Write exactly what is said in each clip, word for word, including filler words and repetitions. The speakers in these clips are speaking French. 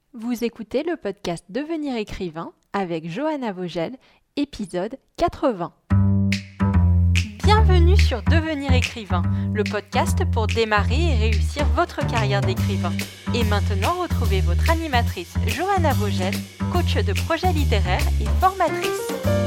Vous écoutez le podcast Devenir écrivain avec Johanna Vogel, épisode quatre-vingts. Bienvenue sur Devenir écrivain, le podcast pour démarrer et réussir votre carrière d'écrivain. Et maintenant, retrouvez votre animatrice Johanna Vogel, coach de projets littéraires et formatrice.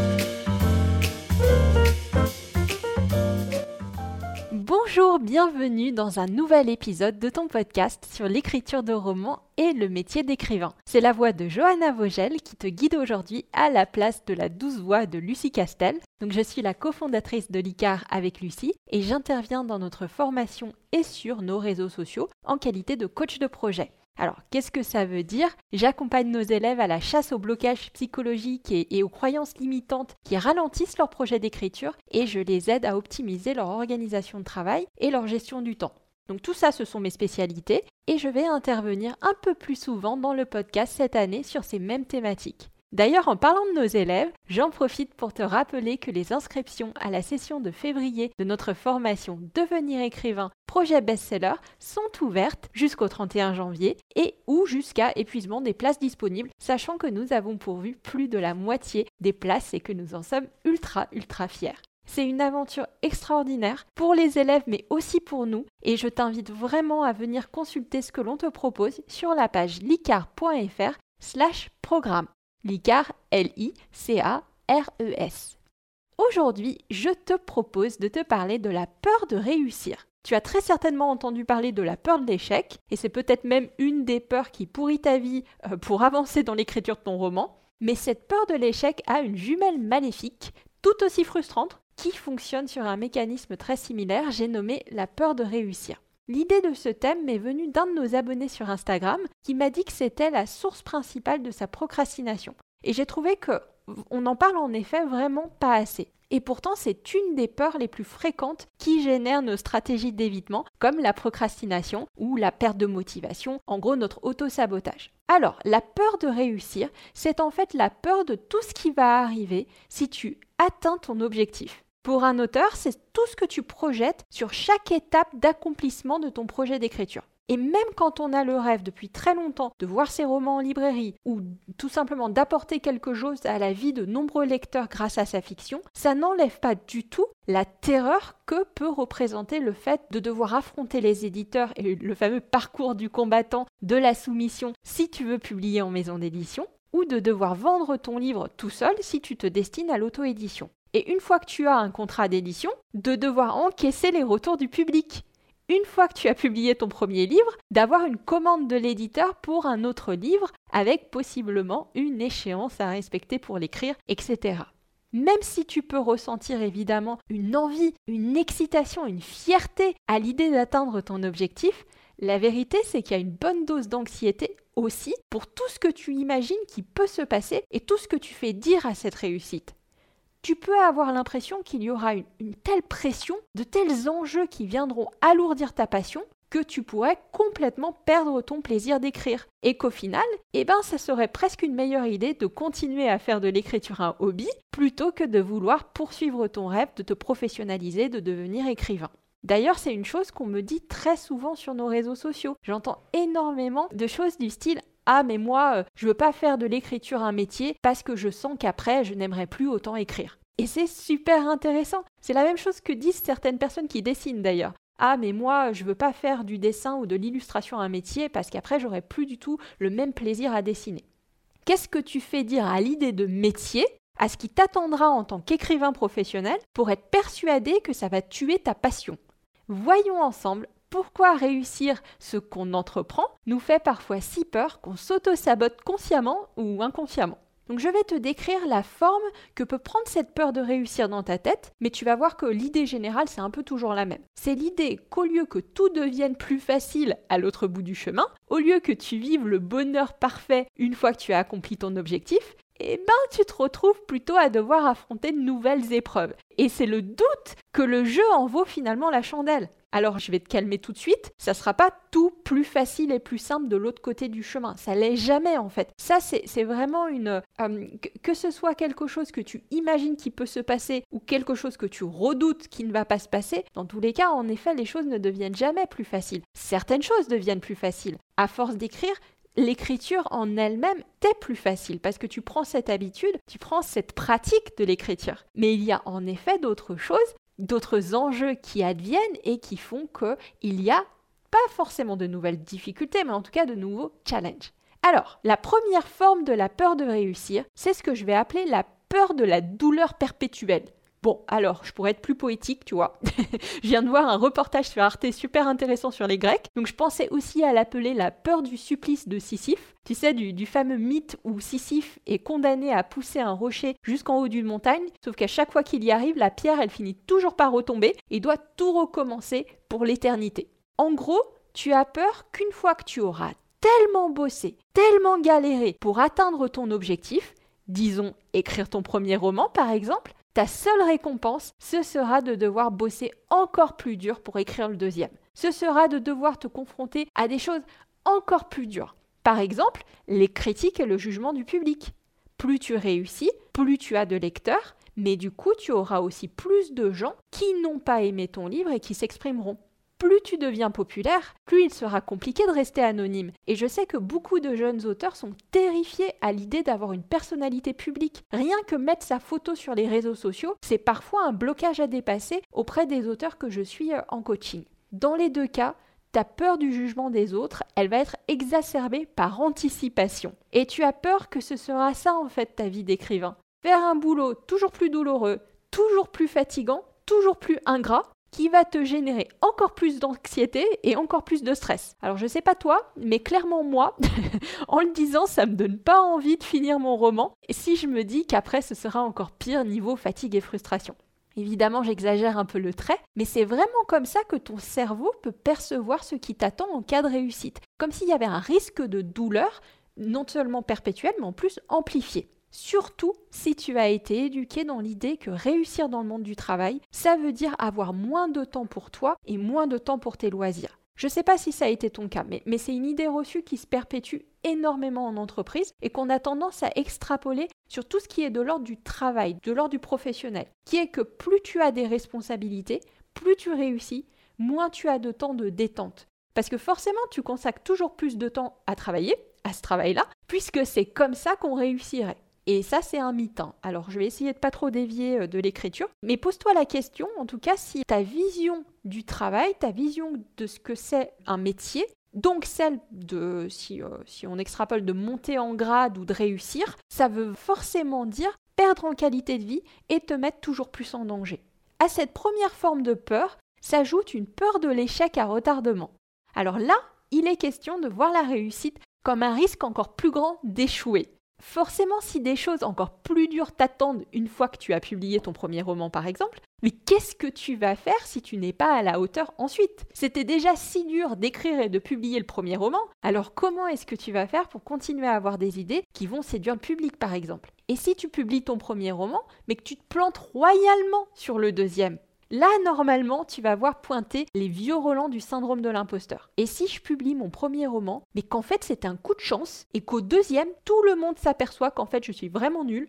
Bonjour, bienvenue dans un nouvel épisode de ton podcast sur l'écriture de romans et le métier d'écrivain. C'est la voix de Johanna Vogel qui te guide aujourd'hui à la place de la douce voix de Lucie Castel. Donc je suis la cofondatrice de l'I C A R avec Lucie et j'interviens dans notre formation et sur nos réseaux sociaux en qualité de coach de projet. Alors, qu'est-ce que ça veut dire ? J'accompagne nos élèves à la chasse aux blocages psychologiques et, et aux croyances limitantes qui ralentissent leur projet d'écriture et je les aide à optimiser leur organisation de travail et leur gestion du temps. Donc tout ça, ce sont mes spécialités et je vais intervenir un peu plus souvent dans le podcast cette année sur ces mêmes thématiques. D'ailleurs, en parlant de nos élèves, j'en profite pour te rappeler que les inscriptions à la session de février de notre formation Devenir écrivain projet best-seller sont ouvertes jusqu'au trente et un janvier et ou jusqu'à épuisement des places disponibles, sachant que nous avons pourvu plus de la moitié des places et que nous en sommes ultra ultra fiers. C'est une aventure extraordinaire pour les élèves mais aussi pour nous et je t'invite vraiment à venir consulter ce que l'on te propose sur la page licar point fr slash programme. L'I C A R, L I C A R E S. Aujourd'hui, je te propose de te parler de la peur de réussir. Tu as très certainement entendu parler de la peur de l'échec, et c'est peut-être même une des peurs qui pourrit ta vie euh, pour avancer dans l'écriture de ton roman, mais cette peur de l'échec a une jumelle maléfique, tout aussi frustrante, qui fonctionne sur un mécanisme très similaire, j'ai nommé la peur de réussir. L'idée de ce thème m'est venue d'un de nos abonnés sur Instagram qui m'a dit que c'était la source principale de sa procrastination. Et j'ai trouvé qu'on en parle en effet vraiment pas assez. Et pourtant, c'est une des peurs les plus fréquentes qui génèrent nos stratégies d'évitement, comme la procrastination ou la perte de motivation, en gros notre auto-sabotage. Alors, la peur de réussir, c'est en fait la peur de tout ce qui va arriver si tu atteins ton objectif. Pour un auteur, c'est tout ce que tu projettes sur chaque étape d'accomplissement de ton projet d'écriture. Et même quand on a le rêve depuis très longtemps de voir ses romans en librairie ou tout simplement d'apporter quelque chose à la vie de nombreux lecteurs grâce à sa fiction, ça n'enlève pas du tout la terreur que peut représenter le fait de devoir affronter les éditeurs et le fameux parcours du combattant de la soumission si tu veux publier en maison d'édition, ou de devoir vendre ton livre tout seul si tu te destines à l'auto-édition. Et une fois que tu as un contrat d'édition, de devoir encaisser les retours du public. Une fois que tu as publié ton premier livre, d'avoir une commande de l'éditeur pour un autre livre avec possiblement une échéance à respecter pour l'écrire, et cetera. Même si tu peux ressentir évidemment une envie, une excitation, une fierté à l'idée d'atteindre ton objectif, la vérité c'est qu'il y a une bonne dose d'anxiété aussi pour tout ce que tu imagines qui peut se passer et tout ce que tu fais dire à cette réussite. Tu peux avoir l'impression qu'il y aura une, une telle pression, de tels enjeux qui viendront alourdir ta passion que tu pourrais complètement perdre ton plaisir d'écrire. Et qu'au final, eh ben, ça serait presque une meilleure idée de continuer à faire de l'écriture un hobby plutôt que de vouloir poursuivre ton rêve de te professionnaliser, de devenir écrivain. D'ailleurs, c'est une chose qu'on me dit très souvent sur nos réseaux sociaux. J'entends énormément de choses du style « Ah, mais moi, euh, je veux pas faire de l'écriture un métier parce que je sens qu'après, je n'aimerais plus autant écrire. » Et c'est super intéressant. C'est la même chose que disent certaines personnes qui dessinent d'ailleurs. « Ah, mais moi, je veux pas faire du dessin ou de l'illustration un métier parce qu'après, j'aurais plus du tout le même plaisir à dessiner. » Qu'est-ce que tu fais dire à l'idée de métier, à ce qui t'attendra en tant qu'écrivain professionnel pour être persuadé que ça va tuer ta passion ? Voyons ensemble pourquoi réussir ce qu'on entreprend nous fait parfois si peur qu'on s'auto-sabote consciemment ou inconsciemment. Donc je vais te décrire la forme que peut prendre cette peur de réussir dans ta tête, mais tu vas voir que l'idée générale, c'est un peu toujours la même. C'est l'idée qu'au lieu que tout devienne plus facile à l'autre bout du chemin, au lieu que tu vives le bonheur parfait une fois que tu as accompli ton objectif, eh ben tu te retrouves plutôt à devoir affronter de nouvelles épreuves. Et c'est le doute que le jeu en vaut finalement la chandelle. Alors je vais te calmer tout de suite, ça sera pas tout plus facile et plus simple de l'autre côté du chemin, ça l'est jamais en fait. Ça c'est, c'est vraiment une... Euh, que, que ce soit quelque chose que tu imagines qui peut se passer ou quelque chose que tu redoutes qui ne va pas se passer, dans tous les cas en effet les choses ne deviennent jamais plus faciles. Certaines choses deviennent plus faciles. À force d'écrire, l'écriture en elle-même t'est plus facile parce que tu prends cette habitude, tu prends cette pratique de l'écriture. Mais il y a en effet d'autres choses, d'autres enjeux qui adviennent et qui font qu'il y a pas forcément de nouvelles difficultés, mais en tout cas de nouveaux challenges. Alors, la première forme de la peur de réussir, c'est ce que je vais appeler la peur de la douleur perpétuelle. Bon, alors, je pourrais être plus poétique, tu vois. Je viens de voir un reportage sur Arte super intéressant sur les Grecs, donc je pensais aussi à l'appeler la peur du supplice de Sisyphe. Tu sais, du, du fameux mythe où Sisyphe est condamné à pousser un rocher jusqu'en haut d'une montagne, sauf qu'à chaque fois qu'il y arrive, la pierre, elle finit toujours par retomber et doit tout recommencer pour l'éternité. En gros, tu as peur qu'une fois que tu auras tellement bossé, tellement galéré pour atteindre ton objectif, disons écrire ton premier roman par exemple, ta seule récompense, ce sera de devoir bosser encore plus dur pour écrire le deuxième. Ce sera de devoir te confronter à des choses encore plus dures. Par exemple, les critiques et le jugement du public. Plus tu réussis, plus tu as de lecteurs, mais du coup, tu auras aussi plus de gens qui n'ont pas aimé ton livre et qui s'exprimeront. Plus tu deviens populaire, plus il sera compliqué de rester anonyme. Et je sais que beaucoup de jeunes auteurs sont terrifiés à l'idée d'avoir une personnalité publique. Rien que mettre sa photo sur les réseaux sociaux, c'est parfois un blocage à dépasser auprès des auteurs que je suis en coaching. Dans les deux cas, ta peur du jugement des autres, elle va être exacerbée par anticipation. Et tu as peur que ce sera ça en fait ta vie d'écrivain. Faire un boulot toujours plus douloureux, toujours plus fatigant, toujours plus ingrat, qui va te générer encore plus d'anxiété et encore plus de stress. Alors je sais pas toi, mais clairement moi, en le disant, ça me donne pas envie de finir mon roman, et si je me dis qu'après ce sera encore pire niveau fatigue et frustration. Évidemment, j'exagère un peu le trait, mais c'est vraiment comme ça que ton cerveau peut percevoir ce qui t'attend en cas de réussite, comme s'il y avait un risque de douleur, non seulement perpétuel, mais en plus amplifié. Surtout si tu as été éduqué dans l'idée que réussir dans le monde du travail, ça veut dire avoir moins de temps pour toi et moins de temps pour tes loisirs. Je ne sais pas si ça a été ton cas, mais, mais c'est une idée reçue qui se perpétue énormément en entreprise et qu'on a tendance à extrapoler sur tout ce qui est de l'ordre du travail, de l'ordre du professionnel, qui est que plus tu as des responsabilités, plus tu réussis, moins tu as de temps de détente. Parce que forcément, tu consacres toujours plus de temps à travailler, à ce travail-là, puisque c'est comme ça qu'on réussirait. Et ça, c'est un mythe. Hein. Alors, je vais essayer de pas trop dévier de l'écriture. Mais pose-toi la question, en tout cas, si ta vision du travail, ta vision de ce que c'est un métier, donc celle de, si, euh, si on extrapole, de monter en grade ou de réussir, ça veut forcément dire perdre en qualité de vie et te mettre toujours plus en danger. À cette première forme de peur s'ajoute une peur de l'échec à retardement. Alors là, il est question de voir la réussite comme un risque encore plus grand d'échouer. Forcément, si des choses encore plus dures t'attendent une fois que tu as publié ton premier roman par exemple, mais qu'est-ce que tu vas faire si tu n'es pas à la hauteur ensuite ? C'était déjà si dur d'écrire et de publier le premier roman, alors comment est-ce que tu vas faire pour continuer à avoir des idées qui vont séduire le public par exemple ? Et si tu publies ton premier roman, mais que tu te plantes royalement sur le deuxième ? Là, normalement, tu vas voir pointer les vieux relents du syndrome de l'imposteur. Et si je publie mon premier roman, mais qu'en fait c'est un coup de chance, et qu'au deuxième, tout le monde s'aperçoit qu'en fait je suis vraiment nulle,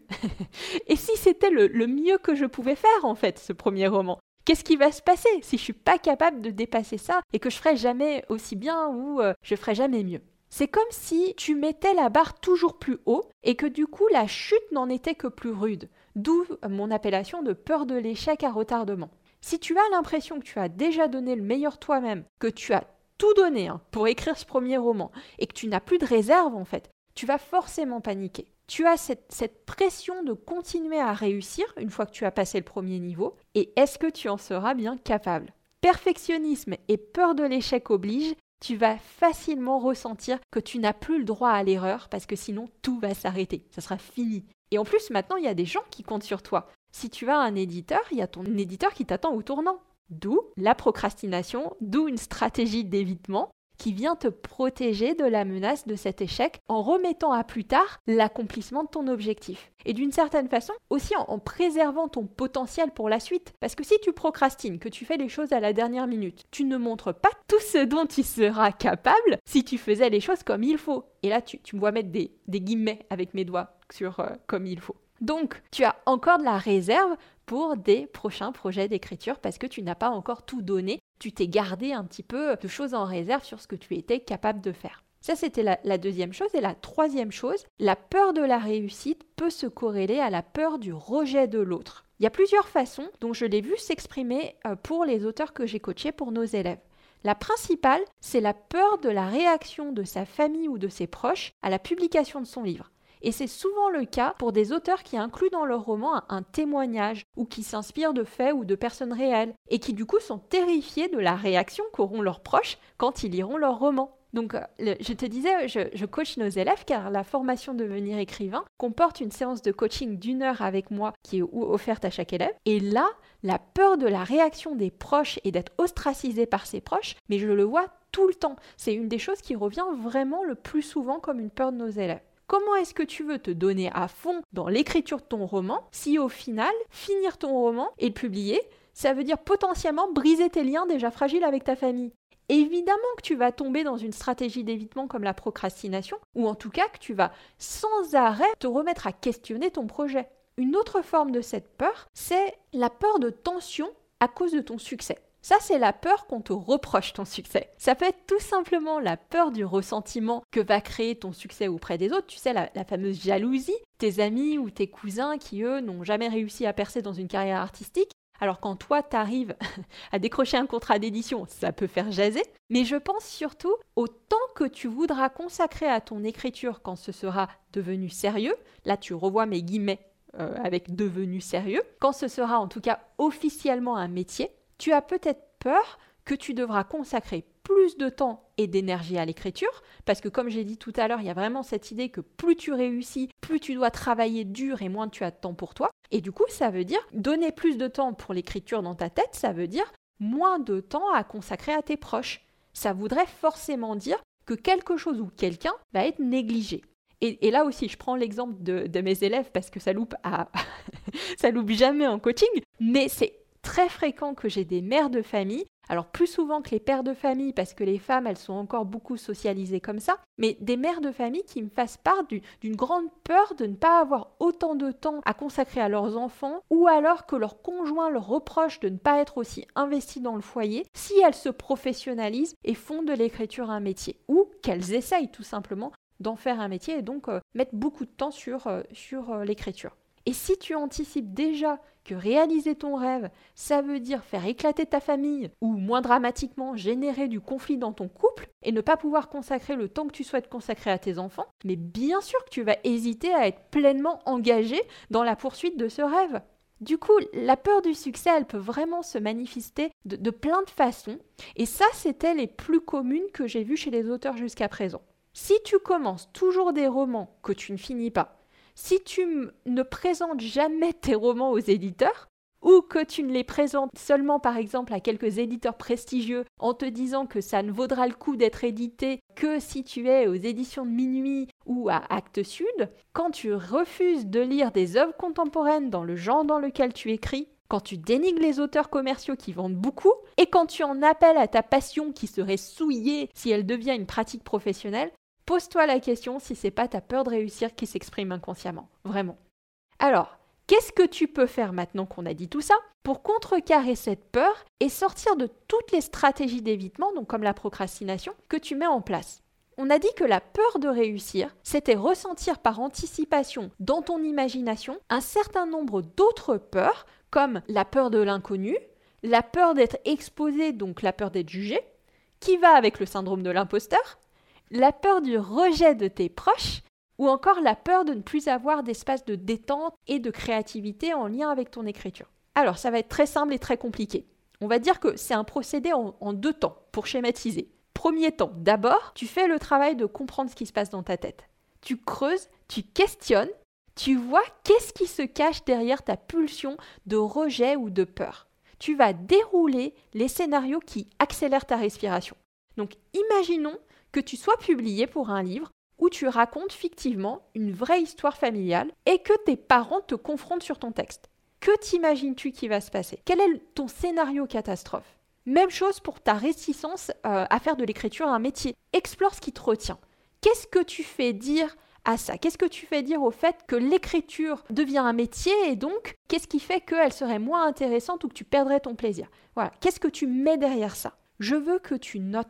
et si c'était le, le mieux que je pouvais faire en fait, ce premier roman, qu'est-ce qui va se passer si je suis pas capable de dépasser ça, et que je ferai jamais aussi bien, ou euh, je ferai jamais mieux ? C'est comme si tu mettais la barre toujours plus haut, et que du coup la chute n'en était que plus rude, d'où mon appellation de peur de l'échec à retardement. Si tu as l'impression que tu as déjà donné le meilleur toi-même, que tu as tout donné hein, pour écrire ce premier roman et que tu n'as plus de réserve en fait, tu vas forcément paniquer. Tu as cette, cette pression de continuer à réussir une fois que tu as passé le premier niveau et est-ce que tu en seras bien capable ? Perfectionnisme et peur de l'échec obligent, tu vas facilement ressentir que tu n'as plus le droit à l'erreur parce que sinon tout va s'arrêter, ça sera fini. Et en plus maintenant il y a des gens qui comptent sur toi. Si tu as un éditeur, il y a ton éditeur qui t'attend au tournant. D'où la procrastination, d'où une stratégie d'évitement qui vient te protéger de la menace de cet échec en remettant à plus tard l'accomplissement de ton objectif. Et d'une certaine façon, aussi en, en préservant ton potentiel pour la suite. Parce que si tu procrastines, que tu fais les choses à la dernière minute, tu ne montres pas tout ce dont tu seras capable si tu faisais les choses comme il faut. Et là, tu, tu me vois mettre des, des guillemets avec mes doigts sur euh, comme il faut. Donc, tu as encore de la réserve pour des prochains projets d'écriture parce que tu n'as pas encore tout donné. Tu t'es gardé un petit peu de choses en réserve sur ce que tu étais capable de faire. Ça, c'était la, la deuxième chose. Et la troisième chose, la peur de la réussite peut se corréler à la peur du rejet de l'autre. Il y a plusieurs façons dont je l'ai vu s'exprimer pour les auteurs que j'ai coachés pour nos élèves. La principale, c'est la peur de la réaction de sa famille ou de ses proches à la publication de son livre. Et c'est souvent le cas pour des auteurs qui incluent dans leur roman un, un témoignage ou qui s'inspirent de faits ou de personnes réelles et qui du coup sont terrifiés de la réaction qu'auront leurs proches quand ils liront leur roman. Donc, le, je te disais, je, je coach nos élèves car la formation Devenir écrivain comporte une séance de coaching d'une heure avec moi qui est offerte à chaque élève. Et là, la peur de la réaction des proches et d'être ostracisé par ses proches, mais je le vois tout le temps. C'est une des choses qui revient vraiment le plus souvent comme une peur de nos élèves. Comment est-ce que tu veux te donner à fond dans l'écriture de ton roman si au final, finir ton roman et le publier, ça veut dire potentiellement briser tes liens déjà fragiles avec ta famille? Évidemment que tu vas tomber dans une stratégie d'évitement comme la procrastination, ou en tout cas que tu vas sans arrêt te remettre à questionner ton projet. Une autre forme de cette peur, c'est la peur de tension à cause de ton succès. Ça, c'est la peur qu'on te reproche ton succès. Ça peut être tout simplement la peur du ressentiment que va créer ton succès auprès des autres. Tu sais, la, la fameuse jalousie, tes amis ou tes cousins qui, eux, n'ont jamais réussi à percer dans une carrière artistique. Alors quand toi, tu arrives à décrocher un contrat d'édition, ça peut faire jaser. Mais je pense surtout au temps que tu voudras consacrer à ton écriture quand ce sera devenu sérieux. Là, tu revois mes guillemets euh, avec devenu sérieux. Quand ce sera en tout cas officiellement un métier, tu as peut-être peur que tu devras consacrer plus de temps et d'énergie à l'écriture, parce que comme j'ai dit tout à l'heure, il y a vraiment cette idée que plus tu réussis, plus tu dois travailler dur et moins tu as de temps pour toi. Et du coup, ça veut dire donner plus de temps pour l'écriture dans ta tête, ça veut dire moins de temps à consacrer à tes proches. Ça voudrait forcément dire que quelque chose ou quelqu'un va être négligé. Et, et là aussi, je prends l'exemple de, de mes élèves parce que ça loupe, à... ça loupe jamais en coaching, mais c'est très fréquent que j'ai des mères de famille, alors plus souvent que les pères de famille parce que les femmes elles sont encore beaucoup socialisées comme ça, mais des mères de famille qui me fassent part du, d'une grande peur de ne pas avoir autant de temps à consacrer à leurs enfants ou alors que leur conjoint leur reproche de ne pas être aussi investi dans le foyer si elles se professionnalisent et font de l'écriture un métier ou qu'elles essayent tout simplement d'en faire un métier et donc euh, mettre beaucoup de temps sur, euh, sur euh, l'écriture. Et si tu anticipes déjà que réaliser ton rêve, ça veut dire faire éclater ta famille ou, moins dramatiquement, générer du conflit dans ton couple et ne pas pouvoir consacrer le temps que tu souhaites consacrer à tes enfants, mais bien sûr que tu vas hésiter à être pleinement engagé dans la poursuite de ce rêve. Du coup, la peur du succès, elle peut vraiment se manifester de, de plein de façons et ça, c'était les plus communes que j'ai vues chez les auteurs jusqu'à présent. Si tu commences toujours des romans que tu ne finis pas, si tu m- ne présentes jamais tes romans aux éditeurs, ou que tu ne les présentes seulement par exemple à quelques éditeurs prestigieux en te disant que ça ne vaudra le coup d'être édité que si tu es aux éditions de Minuit ou à Actes Sud, quand tu refuses de lire des œuvres contemporaines dans le genre dans lequel tu écris, quand tu dénigres les auteurs commerciaux qui vendent beaucoup, et quand tu en appelles à ta passion qui serait souillée si elle devient une pratique professionnelle, pose-toi la question si c'est pas ta peur de réussir qui s'exprime inconsciemment, vraiment. Alors, qu'est-ce que tu peux faire maintenant qu'on a dit tout ça pour contrecarrer cette peur et sortir de toutes les stratégies d'évitement, donc comme la procrastination, que tu mets en place? On a dit que la peur de réussir, c'était ressentir par anticipation dans ton imagination un certain nombre d'autres peurs, comme la peur de l'inconnu, la peur d'être exposé, donc la peur d'être jugé, qui va avec le syndrome de l'imposteur, la peur du rejet de tes proches ou encore la peur de ne plus avoir d'espace de détente et de créativité en lien avec ton écriture. Alors, ça va être très simple et très compliqué. On va dire que c'est un procédé en, en deux temps, pour schématiser. Premier temps, d'abord, tu fais le travail de comprendre ce qui se passe dans ta tête. Tu creuses, tu questionnes, tu vois qu'est-ce qui se cache derrière ta pulsion de rejet ou de peur. Tu vas dérouler les scénarios qui accélèrent ta respiration. Donc, imaginons que tu sois publié pour un livre où tu racontes fictivement une vraie histoire familiale et que tes parents te confrontent sur ton texte. Que t'imagines-tu qui va se passer? Quel est ton scénario catastrophe? Même chose pour ta réticence euh, à faire de l'écriture un métier. Explore ce qui te retient. Qu'est-ce que tu fais dire à ça? Qu'est-ce que tu fais dire au fait que l'écriture devient un métier et donc qu'est-ce qui fait qu'elle serait moins intéressante ou que tu perdrais ton plaisir? Voilà. Qu'est-ce que tu mets derrière ça? Je veux que tu notes.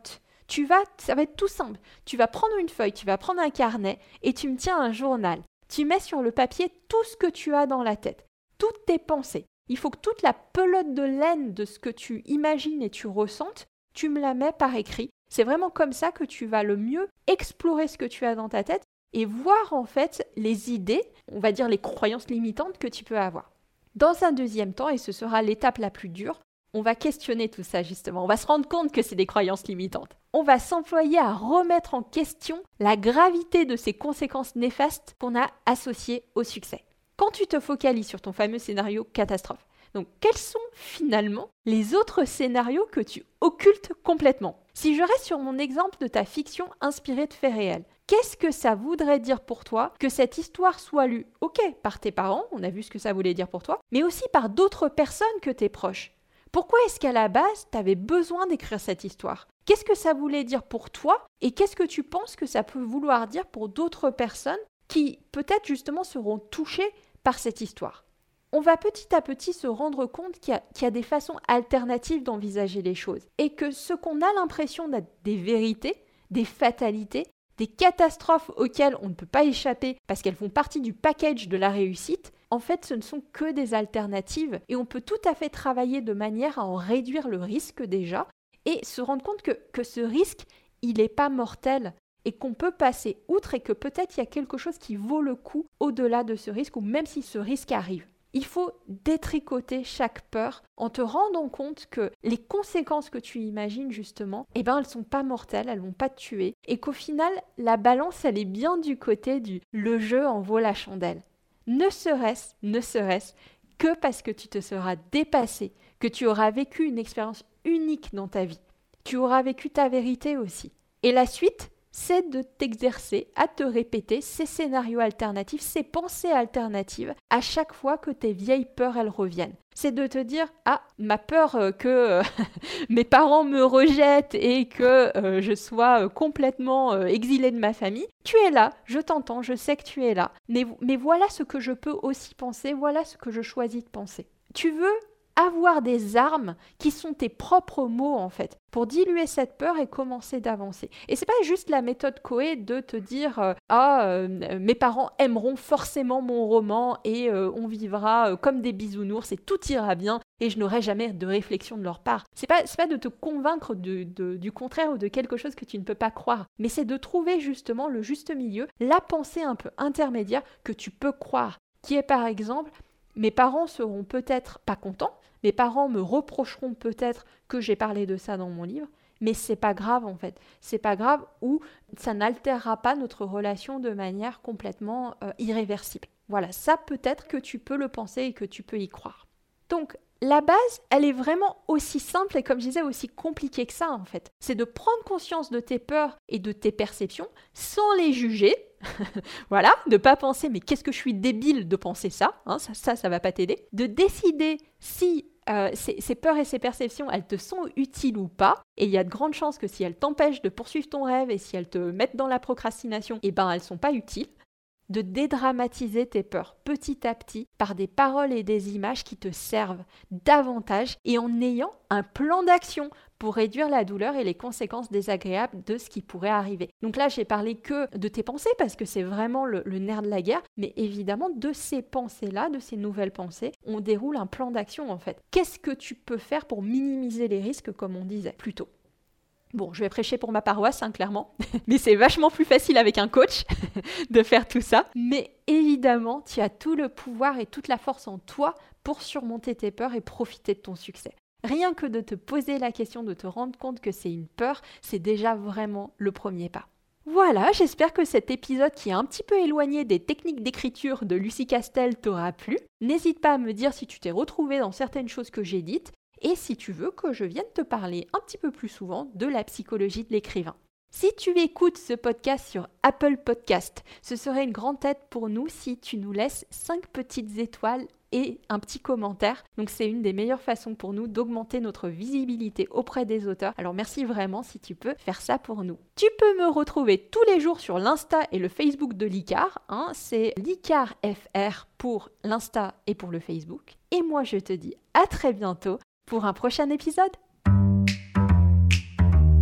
Tu vas, ça va être tout simple. Tu vas prendre une feuille, tu vas prendre un carnet et tu me tiens un journal. Tu mets sur le papier tout ce que tu as dans la tête, toutes tes pensées. Il faut que toute la pelote de laine de ce que tu imagines et tu ressentes, tu me la mets par écrit. C'est vraiment comme ça que tu vas le mieux explorer ce que tu as dans ta tête et voir en fait les idées, on va dire les croyances limitantes que tu peux avoir. Dans un deuxième temps, et ce sera l'étape la plus dure, on va questionner tout ça justement. On va se rendre compte que c'est des croyances limitantes. On va s'employer à remettre en question la gravité de ces conséquences néfastes qu'on a associées au succès. Quand tu te focalises sur ton fameux scénario catastrophe, donc quels sont finalement les autres scénarios que tu occultes complètement ? Si je reste sur mon exemple de ta fiction inspirée de faits réels, qu'est-ce que ça voudrait dire pour toi que cette histoire soit lue, ok, par tes parents, on a vu ce que ça voulait dire pour toi, mais aussi par d'autres personnes que tes proches ? Pourquoi est-ce qu'à la base, tu avais besoin d'écrire cette histoire ? Qu'est-ce que ça voulait dire pour toi et qu'est-ce que tu penses que ça peut vouloir dire pour d'autres personnes qui peut-être justement seront touchées par cette histoire ? On va petit à petit se rendre compte qu'il y a, qu'il y a des façons alternatives d'envisager les choses et que ce qu'on a l'impression d'être des vérités, des fatalités, des catastrophes auxquelles on ne peut pas échapper parce qu'elles font partie du package de la réussite, en fait, ce ne sont que des alternatives et on peut tout à fait travailler de manière à en réduire le risque déjà et se rendre compte que, que ce risque, il n'est pas mortel et qu'on peut passer outre et que peut-être il y a quelque chose qui vaut le coup au-delà de ce risque ou même si ce risque arrive. Il faut détricoter chaque peur en te rendant compte que les conséquences que tu imagines justement, eh ben elles sont pas mortelles, elles vont pas te tuer et qu'au final, la balance, elle est bien du côté du « le jeu en vaut la chandelle ». Ne serait-ce, ne serait-ce que parce que tu te seras dépassé, que tu auras vécu une expérience unique dans ta vie. Tu auras vécu ta vérité aussi. Et la suite, c'est de t'exercer à te répéter ces scénarios alternatifs, ces pensées alternatives à chaque fois que tes vieilles peurs, elles reviennent. C'est de te dire « Ah, ma peur euh, que euh, mes parents me rejettent et que euh, je sois euh, complètement euh, exilée de ma famille. Tu es là, je t'entends, je sais que tu es là. Mais, mais voilà ce que je peux aussi penser, voilà ce que je choisis de penser. » Tu veux avoir des armes qui sont tes propres mots en fait, pour diluer cette peur et commencer d'avancer. Et c'est pas juste la méthode Coué de te dire euh, ah euh, mes parents aimeront forcément mon roman et euh, on vivra euh, comme des bisounours et tout ira bien et je n'aurai jamais de réflexion de leur part. C'est pas c'est pas de te convaincre de, de, du contraire ou de quelque chose que tu ne peux pas croire, mais c'est de trouver justement le juste milieu, la pensée un peu intermédiaire que tu peux croire, qui est par exemple mes parents seront peut-être pas contents, mes parents me reprocheront peut-être que j'ai parlé de ça dans mon livre, mais c'est pas grave en fait. C'est pas grave ou ça n'altérera pas notre relation de manière complètement euh, irréversible. Voilà, ça peut-être que tu peux le penser et que tu peux y croire. Donc, la base, elle est vraiment aussi simple et comme je disais, aussi compliquée que ça en fait. C'est de prendre conscience de tes peurs et de tes perceptions sans les juger. Voilà, de pas penser mais qu'est-ce que je suis débile de penser ça, hein, ça, ça, ça va pas t'aider. De décider si euh, ces, ces peurs et ces perceptions, elles te sont utiles ou pas. Et il y a de grandes chances que si elles t'empêchent de poursuivre ton rêve et si elles te mettent dans la procrastination, eh ben elles sont pas utiles. De dédramatiser tes peurs petit à petit par des paroles et des images qui te servent davantage et en ayant un plan d'action pour réduire la douleur et les conséquences désagréables de ce qui pourrait arriver. Donc là, j'ai parlé que de tes pensées parce que c'est vraiment le, le nerf de la guerre, mais évidemment, de ces pensées-là, de ces nouvelles pensées, on déroule un plan d'action en fait. Qu'est-ce que tu peux faire pour minimiser les risques, comme on disait plus tôt ? Bon, je vais prêcher pour ma paroisse, hein, clairement, mais c'est vachement plus facile avec un coach de faire tout ça. Mais évidemment, tu as tout le pouvoir et toute la force en toi pour surmonter tes peurs et profiter de ton succès. Rien que de te poser la question, de te rendre compte que c'est une peur, c'est déjà vraiment le premier pas. Voilà, j'espère que cet épisode qui est un petit peu éloigné des techniques d'écriture de Lucie Castel t'aura plu. N'hésite pas à me dire si tu t'es retrouvé dans certaines choses que j'ai dites. Et si tu veux que je vienne te parler un petit peu plus souvent de la psychologie de l'écrivain. Si tu écoutes ce podcast sur Apple Podcast, ce serait une grande aide pour nous si tu nous laisses cinq petites étoiles et un petit commentaire. Donc c'est une des meilleures façons pour nous d'augmenter notre visibilité auprès des auteurs. Alors merci vraiment si tu peux faire ça pour nous. Tu peux me retrouver tous les jours sur l'Insta et le Facebook de l'Icar. Hein, c'est l'Icar F R pour l'Insta et pour le Facebook. Et moi je te dis à très bientôt pour un prochain épisode. Si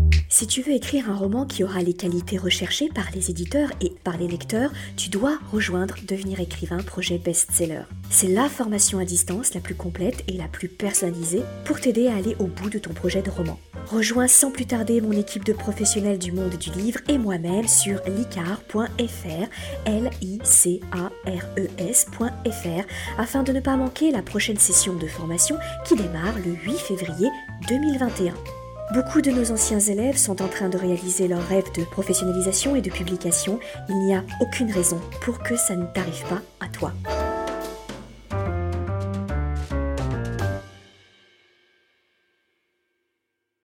Si tu veux écrire un roman qui aura les qualités recherchées par les éditeurs et par les lecteurs, tu dois rejoindre Devenir écrivain projet best-seller. C'est la formation à distance la plus complète et la plus personnalisée pour t'aider à aller au bout de ton projet de roman. Rejoins sans plus tarder mon équipe de professionnels du monde du livre et moi-même sur licar point f r, L I C A R E S point F R, afin de ne pas manquer la prochaine session de formation qui démarre le huit février deux mille vingt et un. Beaucoup de nos anciens élèves sont en train de réaliser leur rêve de professionnalisation et de publication. Il n'y a aucune raison pour que ça ne t'arrive pas à toi.